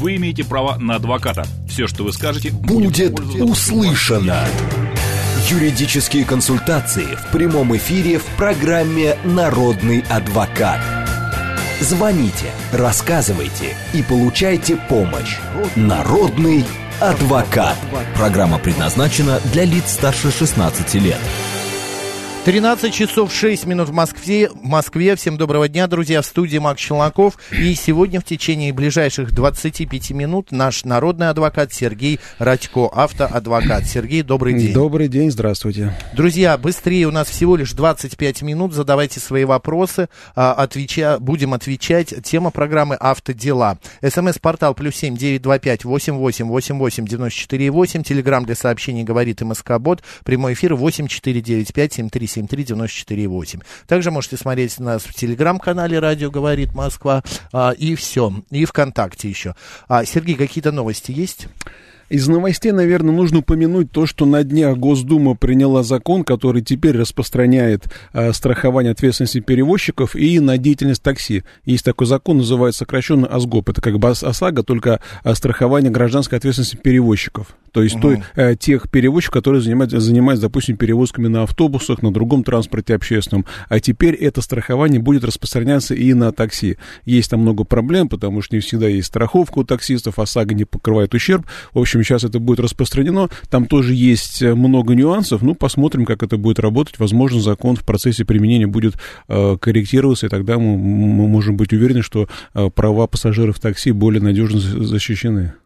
вы имеете право на адвоката. Все, что вы скажете, будет услышано. Юридические консультации в прямом эфире в программе «Народный адвокат». Звоните, рассказывайте и получайте помощь. «Народный адвокат». Программа предназначена для лиц старше 16 лет. 13 часов 6 минут в Москве. Всем доброго дня, друзья. В студии Макс Челноков. И сегодня в течение ближайших 25 минут наш народный адвокат Сергей Радько, автоадвокат. Сергей, добрый день. Добрый день, здравствуйте. Друзья, быстрее, у нас всего лишь 25 минут. Задавайте свои вопросы. Будем отвечать. Тема программы «Автодела». СМС-портал +7 925 88 88 94 8. Телеграм для сообщений «Говорит МСК-бот». Прямой эфир 8495 73 73-94-8. Также можете смотреть нас в телеграм-канале «Радио говорит Москва». И все. И ВКонтакте еще. Сергей, какие-то новости есть? Из новостей, наверное, нужно упомянуть то, что на днях Госдума приняла закон, который теперь распространяет страхование ответственности перевозчиков и на деятельность такси. Есть такой закон, называется сокращенно ОСГОП. Это как бы ОСАГО, только страхование гражданской ответственности перевозчиков. То есть тех перевозчиков, которые занимаются, допустим, перевозками на автобусах, на другом транспорте общественном. А теперь это страхование будет распространяться и на такси. Есть там много проблем, потому что не всегда есть страховка у таксистов, ОСАГО не покрывает ущерб. В общем, сейчас это будет распространено. Там тоже есть много нюансов. Ну, посмотрим, как это будет работать. Возможно, закон в процессе применения будет корректироваться, и тогда мы можем быть уверены, что права пассажиров такси более надежно защищены.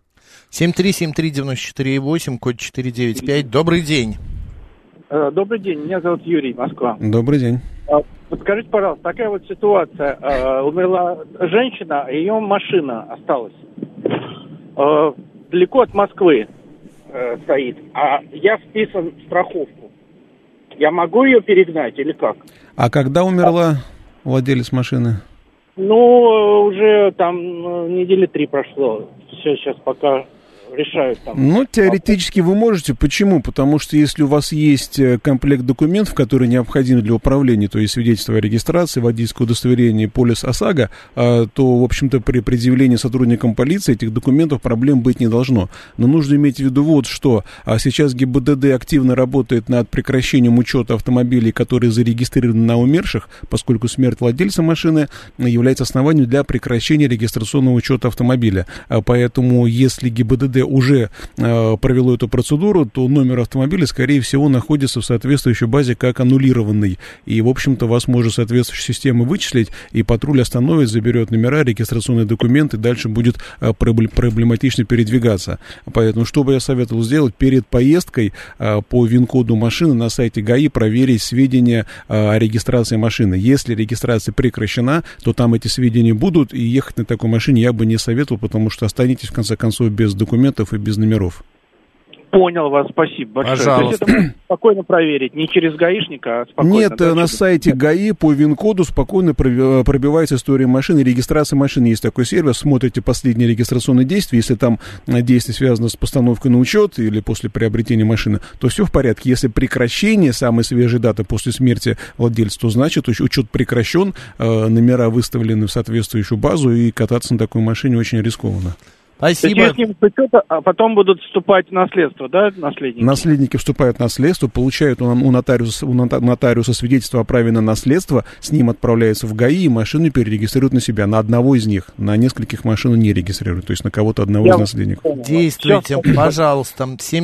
7373948, код 495. Добрый день. Добрый день, меня зовут Юрий, Москва. Добрый день. Подскажите, пожалуйста, такая вот ситуация. Умерла женщина, ее машина осталась. Далеко от Москвы стоит, а я вписан в страховку. Я могу ее перегнать или как? А когда умерла владелец машины? Ну, уже там недели 3 прошло. Все, сейчас пока решают там. Ну, теоретически вы можете. Почему? Потому что если у вас есть комплект документов, которые необходимы для управления, то есть свидетельство о регистрации, водительское удостоверение, полис ОСАГО, то, в общем-то, при предъявлении сотрудникам полиции этих документов проблем быть не должно. Но нужно иметь в виду вот что. Сейчас ГИБДД активно работает над прекращением учета автомобилей, которые зарегистрированы на умерших, поскольку смерть владельца машины является основанием для прекращения регистрационного учета автомобиля. Поэтому, если ГИБДД уже провело эту процедуру, то номер автомобиля, скорее всего, находится в соответствующей базе как аннулированный. И, в общем-то, вас может соответствующая система вычислить, и патруль остановит, заберет номера, регистрационные документы, дальше будет проблематично передвигаться. Поэтому, что бы я советовал сделать? Перед поездкой по ВИН-коду машины на сайте ГАИ проверить сведения о регистрации машины. Если регистрация прекращена, то там эти сведения будут, и ехать на такой машине я бы не советовал, потому что останетесь, в конце концов, без документов и без номеров. Понял вас, спасибо большое. Пожалуйста. То есть это можно спокойно проверить, не через гаишника, а спокойно. Нет, на сайте ГАИ по ВИН-коду спокойно пробивается история машины, регистрация машины. Есть такой сервис, смотрите последние регистрационные действия. Если там действие связано с постановкой на учет или после приобретения машины, то все в порядке. Если прекращение, самая свежая дата после смерти владельца, то значит учет прекращен, номера выставлены в соответствующую базу, и кататься на такой машине очень рискованно. Спасибо. То есть, а потом будут вступать в наследство, да, наследники? Наследники вступают в наследство, получают у нотариуса свидетельство о праве на наследство, с ним отправляются в ГАИ, и машину перерегистрируют на себя, на одного из них. На нескольких машину не регистрируют, то есть на кого-то одного из наследников. Действуйте, пожалуйста.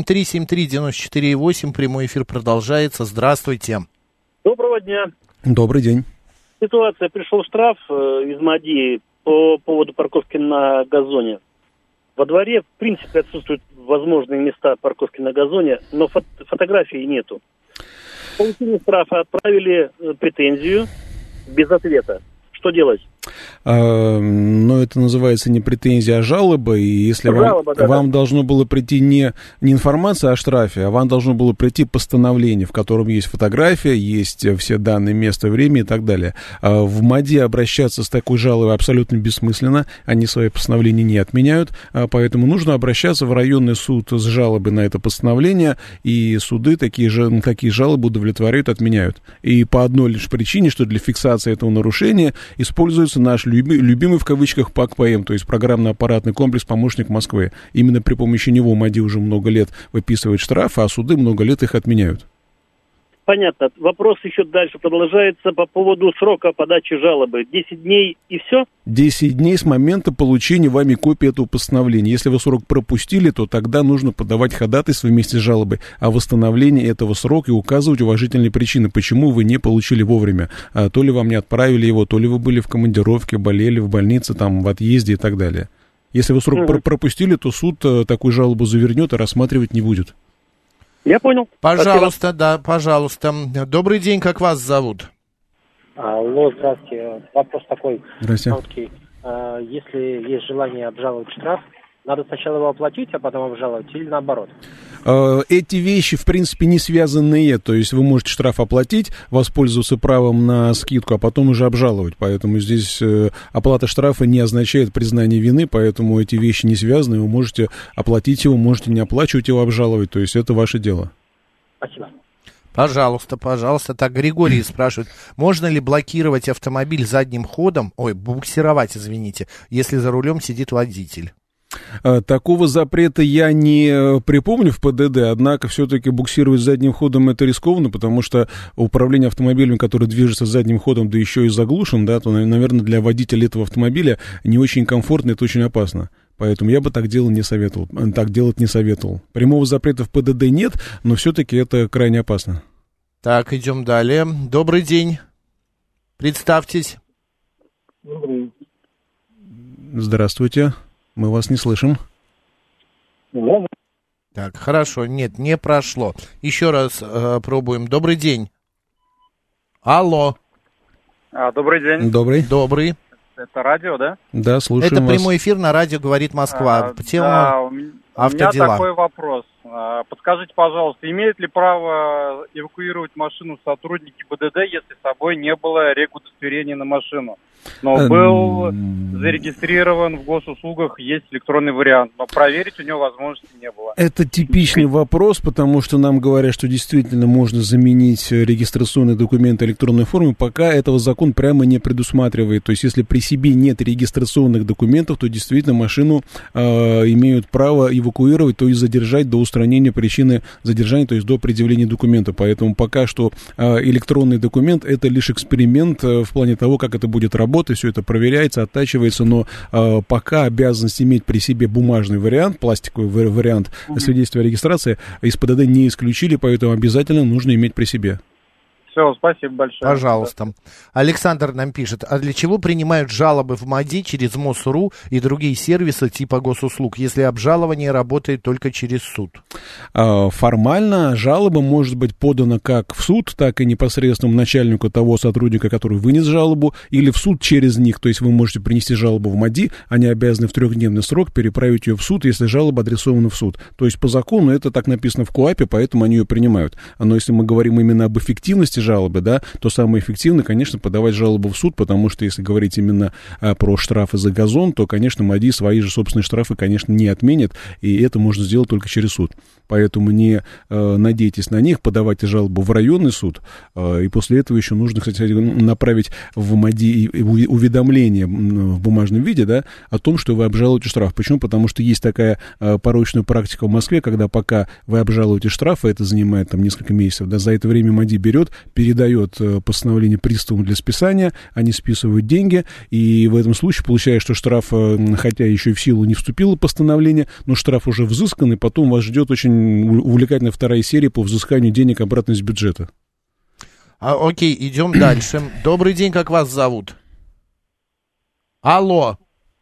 7373948, прямой эфир продолжается. Здравствуйте. Доброго дня. Добрый день. Ситуация. Пришел штраф из МАДИ по поводу парковки на газоне. Во дворе, в принципе, отсутствуют возможные места парковки на газоне, но фотографий нету. Получили штрафа, отправили претензию без ответа. Что делать? Но это называется не претензия, а жалоба. И если вам должно было прийти не информация о штрафе, а вам должно было прийти постановление, в котором есть фотография, есть все данные, место, время и так далее. В МАДИ обращаться с такой жалобой абсолютно бессмысленно. Они свои постановления не отменяют. Поэтому нужно обращаться в районный суд с жалобой на это постановление. И суды такие жалобы удовлетворяют, отменяют. И по одной лишь причине, что для фиксации этого нарушения используется наш любимый в кавычках ПАК-ПМ, то есть программно-аппаратный комплекс «Помощник Москвы». Именно при помощи него МАДИ уже много лет выписывает штрафы, а суды много лет их отменяют. Понятно. Вопрос еще дальше продолжается по поводу срока подачи жалобы. 10 дней и все? 10 дней с момента получения вами копии этого постановления. Если вы срок пропустили, то тогда нужно подавать ходатайство вместе с жалобой о восстановлении этого срока и указывать уважительные причины, почему вы не получили вовремя. То ли вам не отправили его, то ли вы были в командировке, болели в больнице, там, в отъезде и так далее. Если вы срок пропустили, то суд такую жалобу завернет и рассматривать не будет. Я понял. Пожалуйста, да, пожалуйста. Добрый день, как вас зовут? Алло, здравствуйте. Вопрос такой. Здравствуйте. Короткий. Если есть желание обжаловать штраф, надо сначала его оплатить, а потом обжаловать, или наоборот? Эти вещи, в принципе, не связанные. То есть вы можете штраф оплатить, воспользоваться правом на скидку, а потом уже обжаловать. Поэтому здесь оплата штрафа не означает признание вины, поэтому эти вещи не связаны. Вы можете оплатить его, можете не оплачивать его, обжаловать. То есть это ваше дело. Спасибо. Пожалуйста, пожалуйста. Так, Григорий спрашивает, можно ли блокировать автомобиль задним ходом, буксировать, извините, если за рулем сидит водитель? Такого запрета я не припомню в ПДД, однако все-таки буксировать задним ходом это рискованно, потому что управление автомобилем, который движется задним ходом, да еще и заглушен, да, то, наверное, для водителя этого автомобиля не очень комфортно, это очень опасно. Поэтому я бы так делать не советовал. Прямого запрета в ПДД нет, но все-таки это крайне опасно. Так, идем далее. Добрый день. Представьтесь. Здравствуйте. Мы вас не слышим. Так, хорошо. Нет, не прошло. Еще раз пробуем. Добрый день. Алло. Добрый день. Добрый. Это радио, да? Да, слушаем Это вас. Прямой эфир на радио «Говорит Москва». Тема да, у меня автодела. такой вопрос. Подскажите, пожалуйста, имеют ли право эвакуировать машину сотрудники БДД, если с собой не было регудостоверения на машину? Но был зарегистрирован в госуслугах, есть электронный вариант, но проверить у него возможности не было. Это типичный вопрос, потому что нам говорят, что действительно можно заменить регистрационные документы электронной формы, пока этого закон прямо не предусматривает. То есть, если при себе нет регистрационных документов, то действительно машину имеют право эвакуировать, то есть задержать до устранения причины задержания, то есть до предъявления документа. Поэтому пока что электронный документ — это лишь эксперимент в плане того, как это будет работать, все это проверяется, оттачивается, но пока обязанность иметь при себе бумажный вариант, пластиковый вариант свидетельства о регистрации из ПДД не исключили, поэтому обязательно нужно иметь при себе. Все, спасибо большое. Пожалуйста. Александр нам пишет, а для чего принимают жалобы в МАДИ через МОСРУ и другие сервисы типа госуслуг, если обжалование работает только через суд? Формально жалоба может быть подана как в суд, так и непосредственно начальнику того сотрудника, который вынес жалобу, или в суд через них. То есть вы можете принести жалобу в МАДИ, они обязаны в 3-дневный срок переправить ее в суд, если жалоба адресована в суд. То есть по закону это так написано в КоАПе, поэтому они ее принимают. Но если мы говорим именно об эффективности жалобы, да, то самое эффективное, конечно, подавать жалобу в суд, потому что если говорить именно про штрафы за газон, то, конечно, МАДИ свои же собственные штрафы, конечно, не отменит, и это можно сделать только через суд. Поэтому не надейтесь на них, подавайте жалобу в районный суд, и после этого еще нужно, кстати, направить в МАДИ уведомление в бумажном виде, да, о том, что вы обжалуете штраф. Почему? Потому что есть такая порочная практика в Москве, когда пока вы обжалуете штраф, а это занимает там несколько месяцев, да, за это время МАДИ берет, передает постановление приставам для списания, они списывают деньги, и в этом случае получается, что штраф, хотя еще и в силу не вступило постановление, но штраф уже взыскан, и потом вас ждет очень увлекательная вторая серия по взысканию денег обратно из бюджета. Окей, идем дальше. Добрый день, как вас зовут? Алло.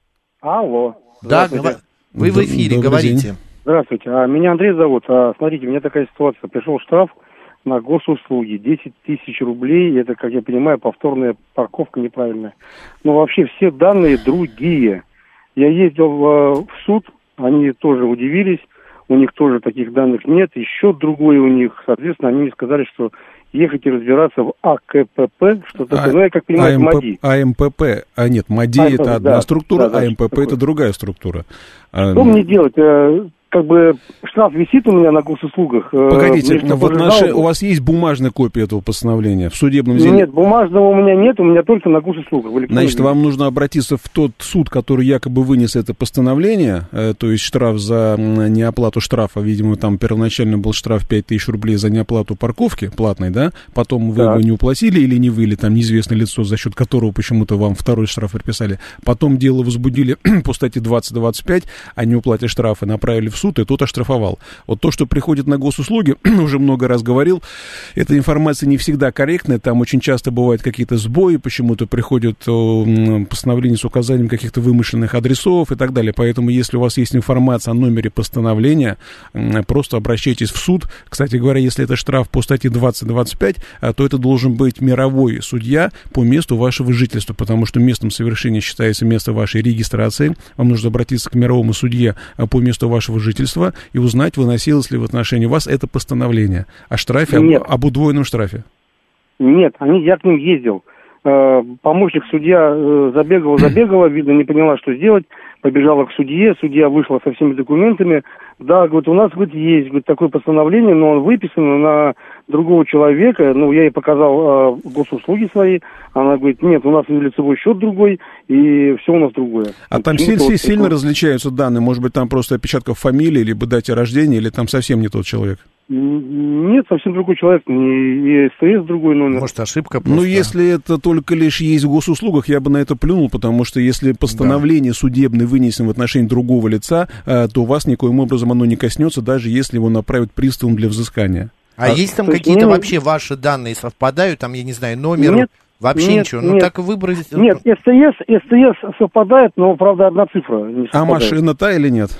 Да, вы в эфире, говорите. День. Здравствуйте, меня Андрей зовут. Смотрите, у меня такая ситуация. Пришел штраф на госуслуги, 10 тысяч рублей, это, как я понимаю, повторная парковка неправильная. Но вообще все данные другие. Я ездил в суд, они тоже удивились, у них тоже таких данных нет, еще другое у них, соответственно, они мне сказали, что ехать и разбираться в АКПП, что такое, я как понимаю, это МАДИ. АМПП, нет, МАДИ это одна структура, АМПП это другая структура. Что мне делать? как бы штраф висит у меня на госуслугах. Погодите, вот у вас есть бумажная копия этого постановления в судебном деле? Нет, бумажного у меня нет, у меня только на госуслугах. Значит, вам нужно обратиться в тот суд, который якобы вынес это постановление, то есть штраф за неоплату штрафа, видимо, там первоначально был штраф 5000 рублей за неоплату парковки платной, да, потом вы его не уплатили или не вы, или там неизвестное лицо, за счет которого почему-то вам второй штраф приписали, потом дело возбудили по статье 20-25 о неуплате штрафа, направили в суд, и тот оштрафовал. Вот то, что приходит на госуслуги, уже много раз говорил, эта информация не всегда корректная, там очень часто бывают какие-то сбои, почему-то приходят постановления с указанием каких-то вымышленных адресов и так далее, поэтому если у вас есть информация о номере постановления, просто обращайтесь в суд. Кстати говоря, если это штраф по статье 20-25, то это должен быть мировой судья по месту вашего жительства, потому что местом совершения считается место вашей регистрации. Вам нужно обратиться к мировому судье по месту вашего жительства и узнать, выносилось ли в отношении вас это постановление о штрафе, об удвоенном штрафе. Нет, я к ним ездил. Помощник судья забегала, видно, не поняла, что сделать, побежала к судье, судья вышла со всеми документами. Да, говорит, у нас, говорит, есть, говорит, такое постановление, но он выписан на другого человека. Ну, я ей показал госуслуги свои. Она говорит, нет, у нас лицевой счет другой, и все у нас другое. А там сильно различаются данные? Может быть, там просто отпечатков фамилии, либо дате рождения, или там совсем не тот человек? Нет, совсем другой человек, и СТС другой номер. Может, ошибка просто? Ну, если это только лишь есть в госуслугах, я бы на это плюнул, потому что если постановление судебное вынесено в отношении другого лица, то вас никоим образом оно не коснется, даже если его направят приставом для взыскания. А есть там какие-то вообще ваши данные совпадают, там, я не знаю, номер? Нет. Вообще ничего, ну так выбрать... Нет, СТС совпадает, но, правда, одна цифра не совпадает. А машина та или нет?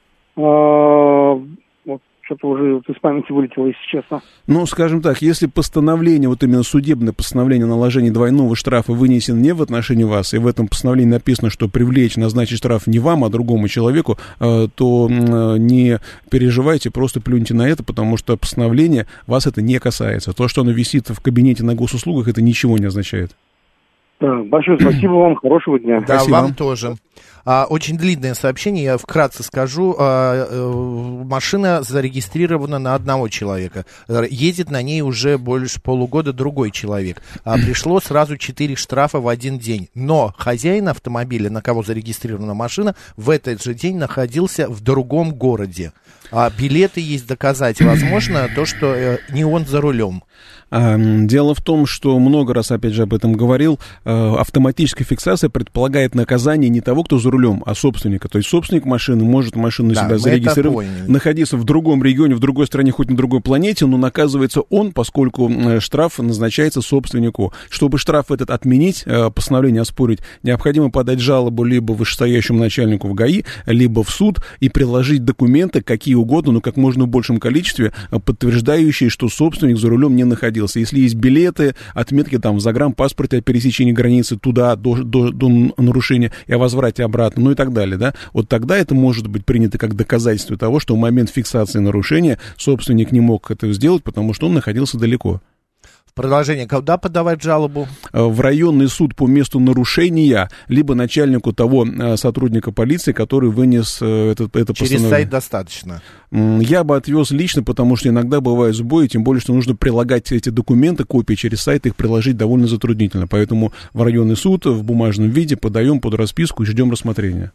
Что-то уже из памяти вылетело, если честно. Ну, скажем так, если постановление, вот именно судебное постановление о наложении двойного штрафа вынесено не в отношении вас, и в этом постановлении написано, что привлечь, назначить штраф не вам, а другому человеку, то не переживайте, просто плюньте на это, потому что постановление вас это не касается. То, что оно висит в кабинете на госуслугах, это ничего не означает. Большое спасибо вам, хорошего дня. Да, спасибо. вам тоже. Очень длинное сообщение, я вкратце скажу. Машина зарегистрирована на одного человека. Едет на ней уже больше полугода другой человек. Пришло сразу 4 штрафа в один день. Но хозяин автомобиля, на кого зарегистрирована машина, в этот же день находился в другом городе. Билеты есть, доказать возможно то, что не он за рулем. Дело в том, что много раз, опять же, об этом говорил, автоматическая фиксация предполагает наказание не того, кто за рулем, а собственника. То есть собственник машины может машину себя зарегистрировать, находиться в другом регионе, в другой стране, хоть на другой планете, но наказывается он, поскольку штраф назначается собственнику. Чтобы штраф этот отменить, постановление оспорить, необходимо подать жалобу либо вышестоящему начальнику в ГАИ, либо в суд и приложить документы, какие угодно, но как можно в большем количестве, подтверждающие, что собственник за рулем не находился. Если есть билеты, отметки там в загранпаспорте о пересечении границы туда до нарушения и о возврате обратно, ну и так далее, да, вот тогда это может быть принято как доказательство того, что в момент фиксации нарушения собственник не мог это сделать, потому что он находился далеко. В продолжение, куда подавать жалобу? В районный суд по месту нарушения, либо начальнику того сотрудника полиции, который вынес это постановление. Через сайт достаточно? Я бы отвез лично, потому что иногда бывают сбои, тем более, что нужно прилагать эти документы, копии через сайт, их приложить довольно затруднительно. Поэтому в районный суд в бумажном виде подаем под расписку и ждем рассмотрения.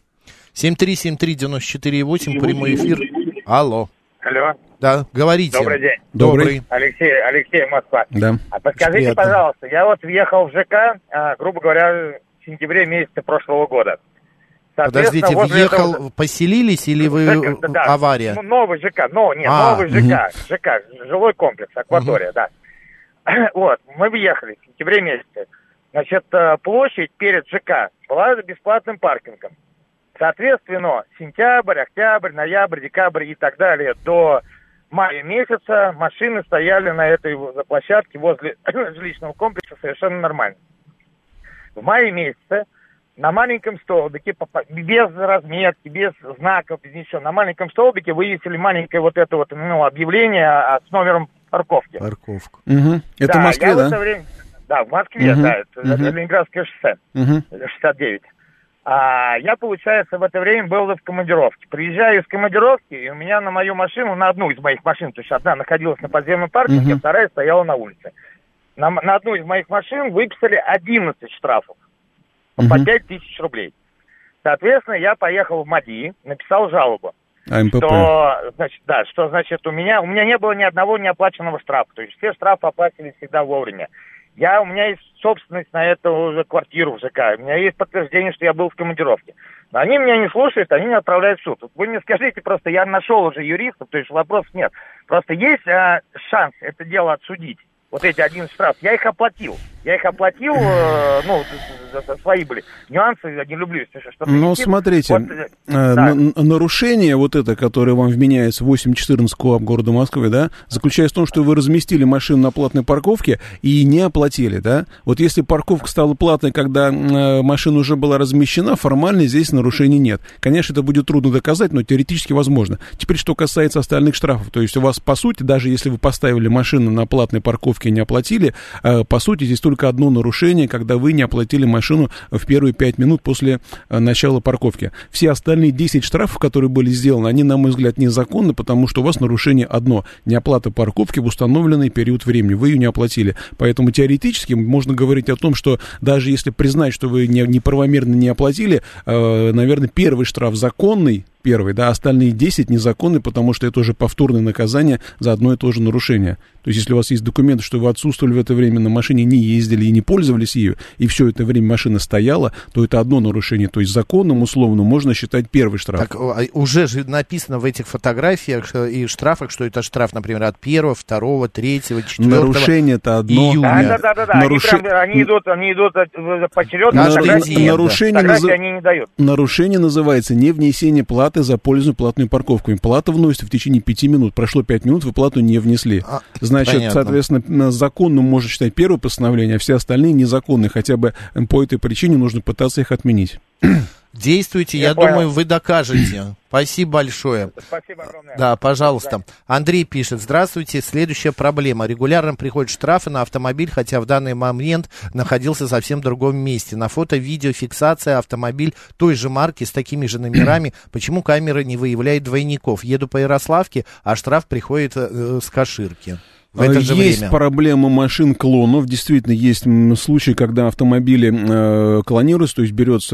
7373948, прямой эфир. Алло. Алло. Да, говорите. Добрый день. Добрый. Алексей, Москва. Да. А подскажите, пожалуйста, я вот въехал в ЖК, грубо говоря, в сентябре месяце прошлого года. Подождите, въехал, поселились или вы да, авария? Ну, новый ЖК, новый ЖК, жилой комплекс, акватория, да. Вот, мы въехали в сентябре месяце. Значит, площадь перед ЖК была бесплатным паркингом. Соответственно, сентябрь, октябрь, ноябрь, декабрь и так далее до мая месяца машины стояли на этой площадке возле жилищного комплекса совершенно нормально. В мае месяце на маленьком столбике, без разметки, без знаков, без ничего, на маленьком столбике вывесили маленькое вот это вот объявление с номером парковки. Парковку. Угу. Это да, в Москве, да? Да, в Москве, да, это Ленинградское шоссе, 69. Я, получается, в это время был в командировке. Приезжаю из командировки, и у меня на мою машину, на одну из моих машин, то есть одна находилась на подземном паркинге, а вторая стояла на улице. На одну из моих машин выписали 11 штрафов по 5000 рублей. Соответственно, я поехал в МАДИ, написал жалобу. МПП. Что значит у меня не было ни одного неоплаченного штрафа. То есть все штрафы оплачивались всегда вовремя. У меня есть собственность на эту уже квартиру в ЖК. У меня есть подтверждение, что я был в командировке. Но они меня не слушают, они меня отправляют в суд. Вы мне скажите просто, я нашел уже юристов, то есть вопросов нет. Просто есть шанс это дело отсудить. Вот эти 11 штраф, я их оплатил, свои были нюансы, я не люблю, если что-то... Ну, смотрите, нарушение вот это, которое вам вменяется 8.14 КоАП города Москвы, да, заключается в том, что вы разместили машину на платной парковке и не оплатили, да. Вот если парковка стала платной, когда машина уже была размещена, формально здесь нарушений нет. Конечно, это будет трудно доказать, но теоретически возможно. Теперь, что касается остальных штрафов, то есть у вас, по сути, даже если вы поставили машину на платной парковке и не оплатили, по сути, здесь только одно нарушение, когда вы не оплатили машину в первые 5 минут после начала парковки. Все остальные 10 штрафов, которые были сделаны, они, на мой взгляд, незаконны, потому что у вас нарушение одно — неоплата парковки в установленный период времени. Вы ее не оплатили. Поэтому теоретически можно говорить о том, что даже если признать, что вы неправомерно не оплатили, наверное, первый штраф законный, да, остальные 10 незаконны, потому что это уже повторное наказание за одно и то же нарушение. То есть, если у вас есть документы, что вы отсутствовали в это время на машине, не ездили и не пользовались ею, и все это время машина стояла, то это одно нарушение. То есть, законным, условно, можно считать первый штраф. Так уже же написано в этих фотографиях и штрафах, что это штраф, например, от 1, 2, 3, 4 нарушение-то одно. Да. Они идут поочередно, фотографии они не дают. Нарушение называется невнесение платы за пользу платными парковками. Плата вносится в течение 5 минут. Прошло 5 минут, вы плату не внесли. Значит, понятно. Соответственно, законным можно считать первое постановление, а все остальные незаконные. Хотя бы по этой причине нужно пытаться их отменить. Действуйте, я думаю, вы докажете. Спасибо большое. Спасибо огромное. Да, пожалуйста. Андрей пишет: здравствуйте, следующая проблема. Регулярно приходят штрафы на автомобиль, хотя в данный момент находился совсем в другом месте. На фото-видеофиксация автомобиль той же марки с такими же номерами. Почему камера не выявляет двойников? Еду по Ярославке, а штраф приходит с Каширки. Есть проблема машин-клонов. Действительно, есть случаи, когда автомобили клонируются, то есть берется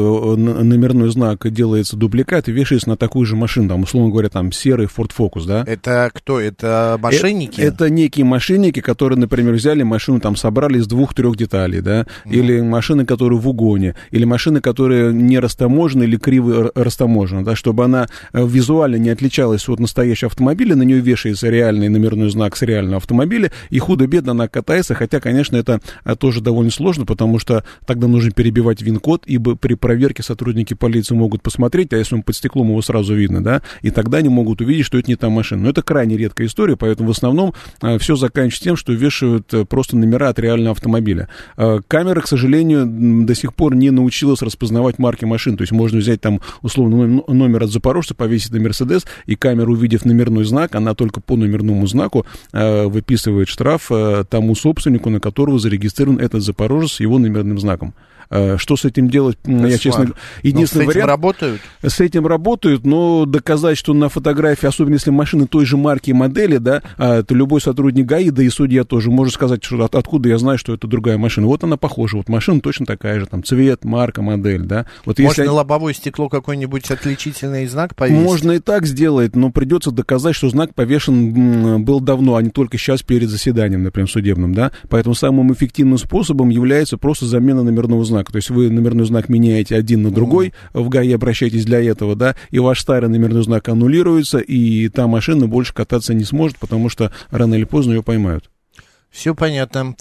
номерной знак, делается дубликат и вешается на такую же машину, там, условно говоря, там, серый Ford Focus, да? Это кто? Это мошенники? Это некие мошенники, которые, например, взяли машину, там, собрали из 2-3 деталей, да? Или машины, которые в угоне, или машины, которые не растаможены или криво растаможены, да? Чтобы она визуально не отличалась от настоящего автомобиля, на нее вешается реальный номерной знак с реальным автомобиля, и худо-бедно она катается, хотя, конечно, это тоже довольно сложно, потому что тогда нужно перебивать ВИН-код, ибо при проверке сотрудники полиции могут посмотреть, а если он под стеклом, его сразу видно, да, и тогда они могут увидеть, что это не та машина. Но это крайне редкая история, поэтому в основном все заканчивается тем, что вешают просто номера от реального автомобиля. Камера, к сожалению, до сих пор не научилась распознавать марки машин, то есть можно взять там условно номер от Запорожца, повесить на Мерседес, и камера, увидев номерной знак, она только по номерному знаку выписывает штраф тому собственнику, на которого зарегистрирован этот Запорожец с его номерным знаком. Что с этим делать, я, честно... Единственный вариант... работают? С этим работают, но доказать, что на фотографии, особенно если машины той же марки и модели, да, то любой сотрудник ГАИ, да и судья тоже может сказать, что откуда я знаю, что это другая машина. Вот она похожа, вот машина точно такая же, там, цвет, марка, модель, да. Вот можно на лобовое стекло какой-нибудь отличительный знак повесить? Можно и так сделать, но придется доказать, что знак повешен был давно, а не только сейчас перед заседанием, например, судебным, да. Поэтому самым эффективным способом является просто замена номерного знака. То есть вы номерной знак меняете один на другой, в ГАИ обращаетесь для этого, да, и ваш старый номерной знак аннулируется, и та машина больше кататься не сможет, потому что рано или поздно ее поймают. Все понятно.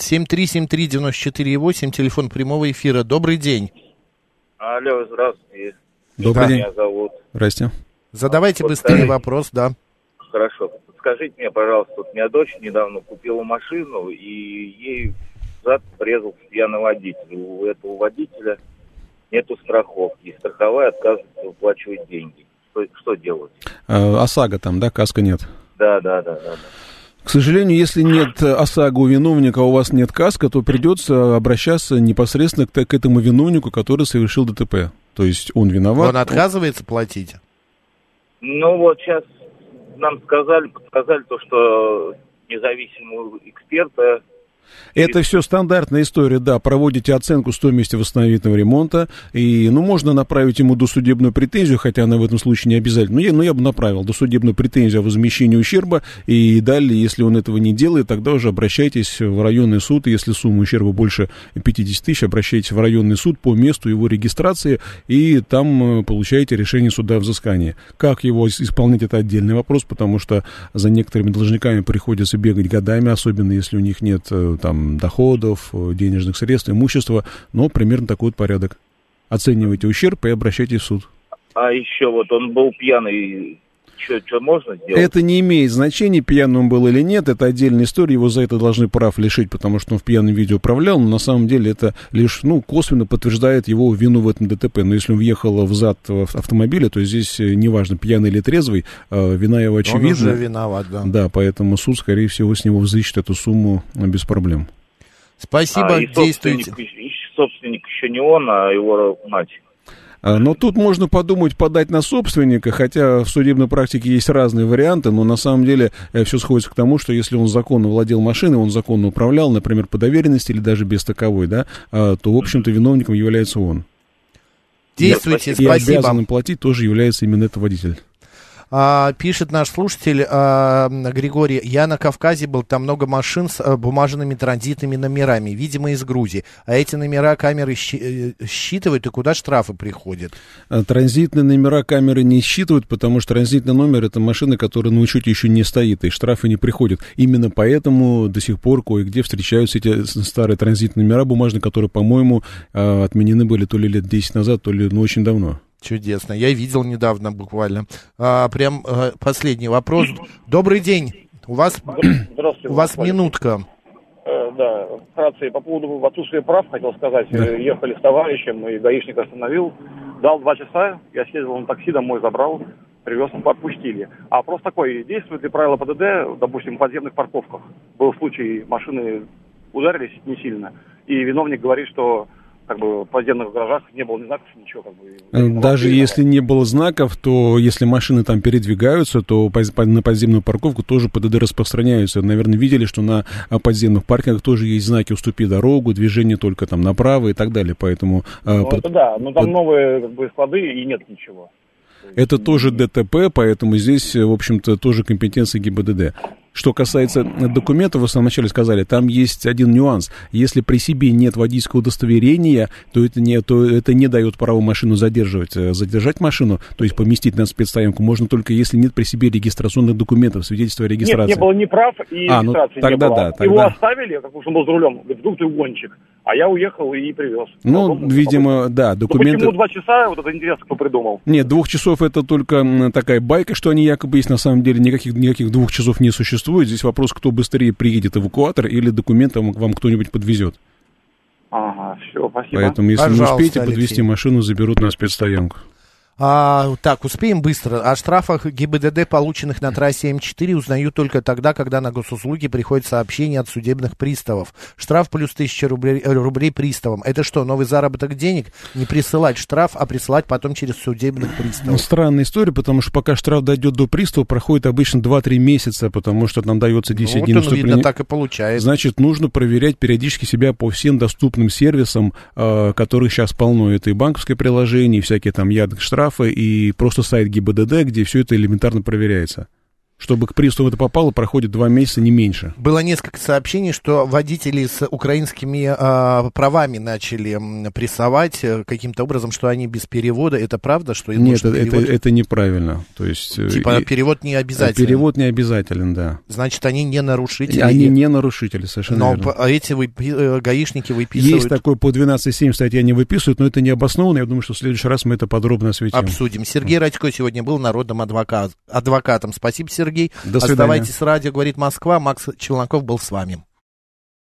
7373948, телефон прямого эфира. Добрый день. Алло, здравствуйте. Добрый день. Меня зовут. Здрасте. Задавайте быстрее вопрос, да. Хорошо. Скажите мне, пожалуйста, вот у меня дочь недавно купила машину, и ей зад врезался пьяный водитель. У этого водителя нету страховки, и страховая отказывается выплачивать деньги. Что делать? ОСАГО там, да, каска нет? Да. К сожалению, если нет ОСАГО у виновника, а у вас нет каска, то придется обращаться непосредственно к этому виновнику, который совершил ДТП. То есть он виноват. Он отказывается платить? Ну вот сейчас нам подсказали то, что независимого эксперта. Это все стандартная история, да, проводите оценку стоимости восстановительного ремонта, и, можно направить ему досудебную претензию, хотя она в этом случае не обязательно, но я бы направил досудебную претензию о возмещении ущерба, и далее, если он этого не делает, тогда уже обращайтесь в районный суд, если сумма ущерба больше 50 тысяч, обращайтесь в районный суд по месту его регистрации, и там получаете решение суда о взыскании. Как его исполнять, это отдельный вопрос, потому что за некоторыми должниками приходится бегать годами, особенно если у них нет доходов, денежных средств, имущества, но примерно такой вот порядок. Оценивайте ущерб и обращайтесь в суд. А еще он был пьяный, что можно сделать? Это не имеет значения, пьяный он был или нет, это отдельная история, его за это должны прав лишить, потому что он в пьяном виде управлял, но на самом деле это лишь, косвенно подтверждает его вину в этом ДТП. Но если он въехал взад автомобиля, то здесь неважно, пьяный или трезвый, вина его очевидна. Он уже виноват, да. Да, поэтому суд, скорее всего, с него взыщет эту сумму без проблем. Спасибо, действуйте. Собственник еще не он, а его мать. Но тут можно подумать, подать на собственника, хотя в судебной практике есть разные варианты, но на самом деле все сходится к тому, что если он законно владел машиной, он законно управлял, например, по доверенности или даже без таковой, да, то, в общем-то, виновником является он. Действуйте, спасибо. И обязанным платить тоже является именно этот водитель. Пишет наш слушатель Григорий: я на Кавказе был, там много машин с бумажными транзитными номерами, видимо, из Грузии. А эти номера камеры считывают, и куда штрафы приходят? Транзитные номера камеры не считывают, потому что транзитный номер — это машина, которая на учете еще не стоит, и штрафы не приходят. Именно поэтому до сих пор кое-где встречаются эти старые транзитные номера бумажные, которые, по-моему, отменены были то ли лет 10 назад, то ли очень давно. Чудесно. Я видел недавно буквально. Последний вопрос. Добрый день. У вас минутка. Да, вкратце, по поводу отсутствия прав хотел сказать. Да. Ехали с товарищем, и гаишник остановил. Дал 2 часа, я съездил на такси, домой забрал, привез, отпустили. А вопрос такой: действует ли правило ПДД, допустим, в подземных парковках? Был случай, машины ударились не сильно, и виновник говорит, что в подземных гаражах не было ни знаков, ничего. Даже если не было знаков, то если машины там передвигаются, то на подземную парковку тоже ПДД распространяются. Наверное, видели, что на подземных паркингах тоже есть знаки «Уступи дорогу», движение только там направо и так далее. Поэтому... это да, но там новые склады и нет ничего. Это тоже ДТП, поэтому здесь, в общем-то, тоже компетенция ГИБДД. Что касается документов, вы в самом начале сказали, там есть один нюанс. Если при себе нет водительского удостоверения, то это не дает право машину задерживать. Задержать машину, то есть поместить на спецстоянку, можно только если нет при себе регистрационных документов, свидетельства о регистрации. Нет, не было ни прав и регистрации тогда не было. Да, тогда... Его оставили, потому что он был за рулем, говорит, вдруг ты угонщик. А я уехал и привез. Видимо, да, документы... Почему 2 часа, вот это интересно, кто придумал. Нет, 2 часов это только такая байка, что они якобы есть, на самом деле никаких 2 часов не существует. Здесь вопрос, кто быстрее приедет, эвакуатор или документы вам кто-нибудь подвезет. Ага, все, спасибо. Поэтому, если не успеете подвезти машину, заберут на спецстоянку. Так, успеем быстро. О штрафах ГИБДД, полученных на трассе М4, узнаю только тогда, когда на госуслуги приходит сообщение от судебных приставов. Штраф плюс 1000 рублей приставам. Это что, новый заработок денег? Не присылать штраф, а присылать потом через судебных приставов. Странная история, потому что пока штраф дойдет до пристава, проходит обычно 2-3 месяца, потому что нам дается 10 дней наступления. Видно, так и получается. Значит, нужно проверять периодически себя по всем доступным сервисам, которых сейчас полно. Это и банковское приложение, и всякие там Яндекс.Штраф, и просто сайт ГИБДД, где все это элементарно проверяется. Чтобы к приставу это попало, проходит 2 месяца, не меньше. Было несколько сообщений, что водители с украинскими правами начали прессовать каким-то образом, что они без перевода. Это правда? Что нет, это неправильно. То есть, перевод не обязателен? Перевод не обязателен, да. Значит, они не нарушители? Они не нарушители, совершенно верно. Но эти гаишники выписывают? Есть такое по 12.7 статья не выписывают, но это не обоснованно. Я думаю, что в следующий раз мы это подробно осветим. Обсудим. Сергей Радько сегодня был народным адвокатом. Спасибо, Сергей. До свидания. Оставайтесь с радио, говорит Москва. Макс Челноков был с вами.